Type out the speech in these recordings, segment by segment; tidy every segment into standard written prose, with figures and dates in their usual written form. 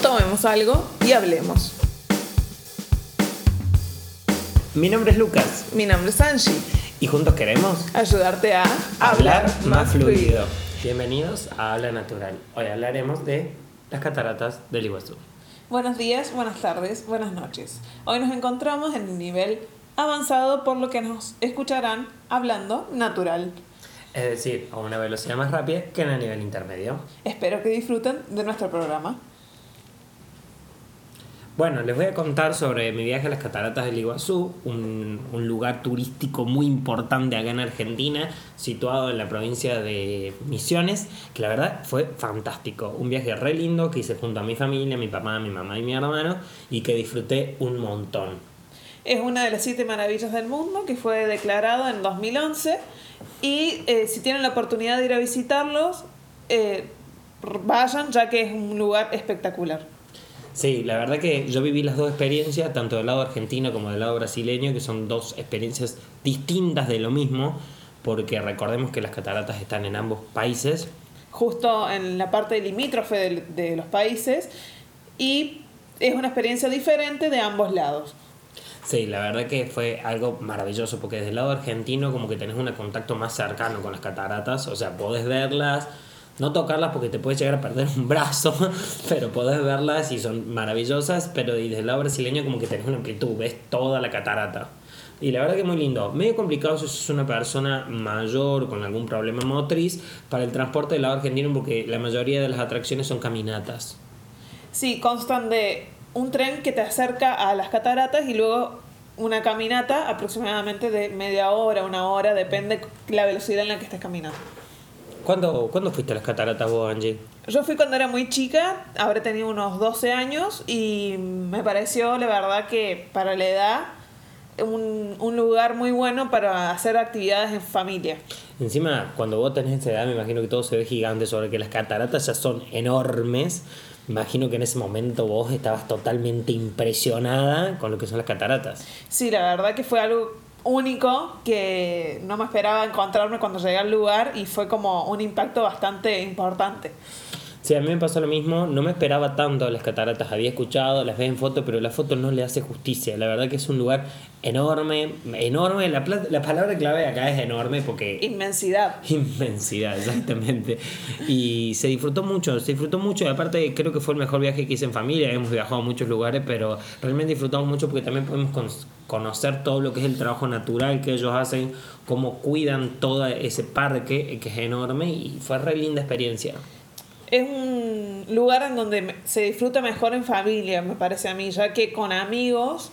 tomemos algo y hablemos. Mi nombre es Lucas. Mi nombre es Angie. Y juntos queremos ayudarte a hablar más fluido. Bienvenidos a Habla Natural. Hoy hablaremos de las cataratas del Iguazú. Buenos días, buenas tardes, buenas noches. Hoy nos encontramos en el nivel avanzado, por lo que nos escucharán hablando natural. Es decir, a una velocidad más rápida que en el nivel intermedio. Espero que disfruten de nuestro programa. Bueno, les voy a contar sobre mi viaje a las cataratas del Iguazú, un lugar turístico muy importante acá en Argentina, situado en la provincia de Misiones, que la verdad fue fantástico. Un viaje re lindo que hice junto a mi familia, mi papá, mi mamá y mi hermano, y que disfruté un montón. Es una de las 7 maravillas del mundo que fue declarado en 2011 y si tienen la oportunidad de ir a visitarlos, vayan, ya que es un lugar espectacular. Sí, la verdad que yo viví las dos experiencias, tanto del lado argentino como del lado brasileño, que son dos experiencias distintas de lo mismo, porque recordemos que las cataratas están en ambos países. Justo en la parte limítrofe de los países, y es una experiencia diferente de ambos lados. Sí, la verdad que fue algo maravilloso, porque desde el lado argentino como que tenés un contacto más cercano con las cataratas, o sea, podés verlas, no tocarlas porque te puedes llegar a perder un brazo, pero podés verlas y son maravillosas, pero y desde el lado brasileño como que tenés una amplitud, ves toda la catarata. Y la verdad que es muy lindo. Medio complicado si sos una persona mayor con algún problema motriz para el transporte del lado argentino, porque la mayoría de las atracciones son caminatas. Sí, constan de un tren que te acerca a las cataratas y luego una caminata aproximadamente de media hora, una hora, depende la velocidad en la que estés caminando. ¿Cuándo fuiste a las cataratas vos, Angie? Yo fui cuando era muy chica, habré tenido unos 12 años y me pareció, la verdad, que para la edad un lugar muy bueno para hacer actividades en familia. Encima, cuando vos tenés esa edad, me imagino que todo se ve gigante, sobre que las cataratas ya son enormes. Me imagino que en ese momento vos estabas totalmente impresionada con lo que son las cataratas. Sí, la verdad que fue algo único que no me esperaba encontrarme cuando llegué al lugar y fue como un impacto bastante importante. Sí, a mí me pasó lo mismo, no me esperaba tanto las cataratas, había escuchado, las ves en foto, pero la foto no le hace justicia. La verdad que es un lugar enorme, enorme, la palabra clave acá es enorme porque... Inmensidad. Inmensidad, exactamente. Y se disfrutó mucho, y aparte creo que fue el mejor viaje que hice en familia, hemos viajado a muchos lugares, pero realmente disfrutamos mucho porque también podemos conocer todo lo que es el trabajo natural que ellos hacen, cómo cuidan todo ese parque que es enorme, y fue re linda experiencia. Es un lugar en donde se disfruta mejor en familia, me parece a mí, ya que con amigos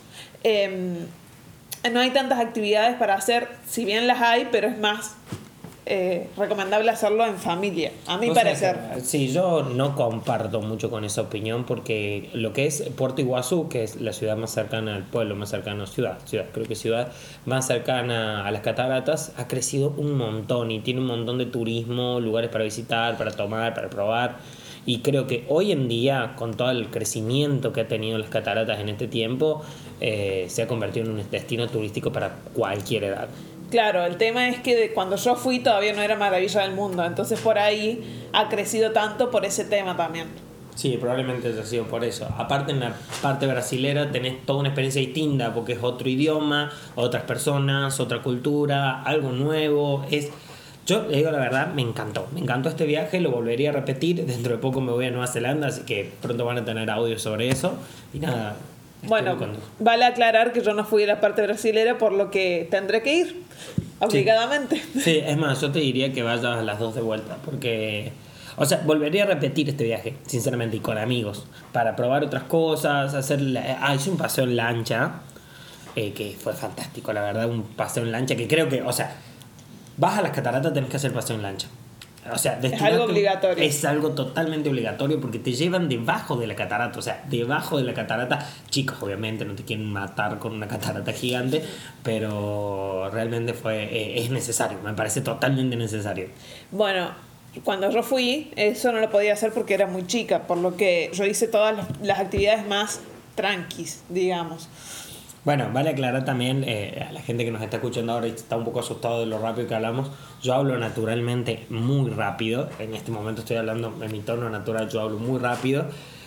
no hay tantas actividades para hacer, si bien las hay, pero es más recomendable hacerlo en familia, a mi parecer. Sí, yo no comparto mucho con esa opinión, porque lo que es Puerto Iguazú, que es la ciudad más cercana al pueblo, más cercana a ciudad, creo que ciudad más cercana a las cataratas, ha crecido un montón y tiene un montón de turismo, lugares para visitar, para tomar, para probar. Y creo que hoy en día, con todo el crecimiento que ha tenido las cataratas en este tiempo, se ha convertido en un destino turístico para cualquier edad. Claro, el tema es que cuando yo fui todavía no era maravilla del mundo, entonces por ahí ha crecido tanto por ese tema también. Sí, probablemente haya sido por eso. Aparte, en la parte brasilera tenés toda una experiencia distinta, porque es otro idioma, otras personas, otra cultura, algo nuevo. Yo le digo la verdad, me encantó este viaje, lo volvería a repetir. Dentro de poco me voy a Nueva Zelanda, así que pronto van a tener audio sobre eso. Y nada. Bueno, vale aclarar que yo no fui a la parte brasilera, por lo que tendré que ir obligadamente. Sí, es más, yo te diría que vayas a las dos de vuelta, porque... O sea, volvería a repetir este viaje, sinceramente, y con amigos, para probar otras cosas, hice un paseo en lancha, que fue fantástico, la verdad, un paseo en lancha que creo que, o sea, vas a las cataratas, tenés que hacer paseo en lancha. O sea, es algo obligatorio. Es algo totalmente obligatorio, porque te llevan debajo de la catarata. O sea, debajo de la catarata. Chicos, obviamente, no te quieren matar con una catarata gigante, pero realmente es necesario. Me parece totalmente necesario. Bueno, cuando yo fui, eso no lo podía hacer porque era muy chica, por lo que yo hice todas las actividades más tranquis, digamos. Bueno, vale aclarar también a la gente que nos está escuchando ahora y está un poco asustado de lo rápido que hablamos. Yo hablo naturalmente muy rápido. En este momento estoy hablando en mi tono natural, yo hablo muy rápido.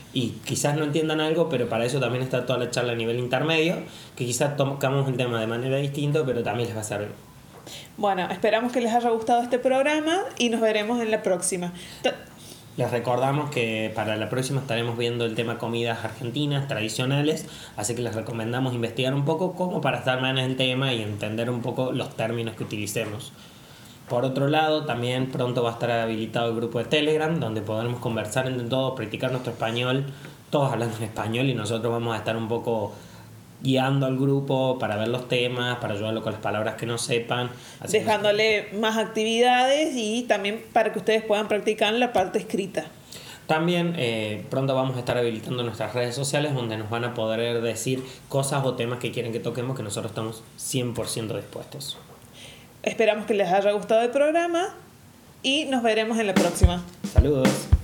y quizás no entiendan algo, pero para eso también está toda la charla a nivel intermedio, que quizás tocamos el tema de manera distinta, pero también les va a servir. Bueno, esperamos que les haya gustado este programa y nos veremos en la próxima. Les recordamos que para la próxima estaremos viendo el tema comidas argentinas tradicionales, así que les recomendamos investigar un poco como para estar más en el tema y entender un poco los términos que utilicemos. Por otro lado, también pronto va a estar habilitado el grupo de Telegram, donde podremos conversar entre todos, practicar nuestro español, todos hablando en español, y nosotros vamos a estar un poco guiando al grupo para ver los temas, para ayudarlo con las palabras que no sepan. Dejándole más actividades y también para que ustedes puedan practicar la parte escrita. También pronto vamos a estar habilitando nuestras redes sociales donde nos van a poder decir cosas o temas que quieren que toquemos, que nosotros estamos 100% dispuestos. Esperamos que les haya gustado el programa y nos veremos en la próxima. Saludos.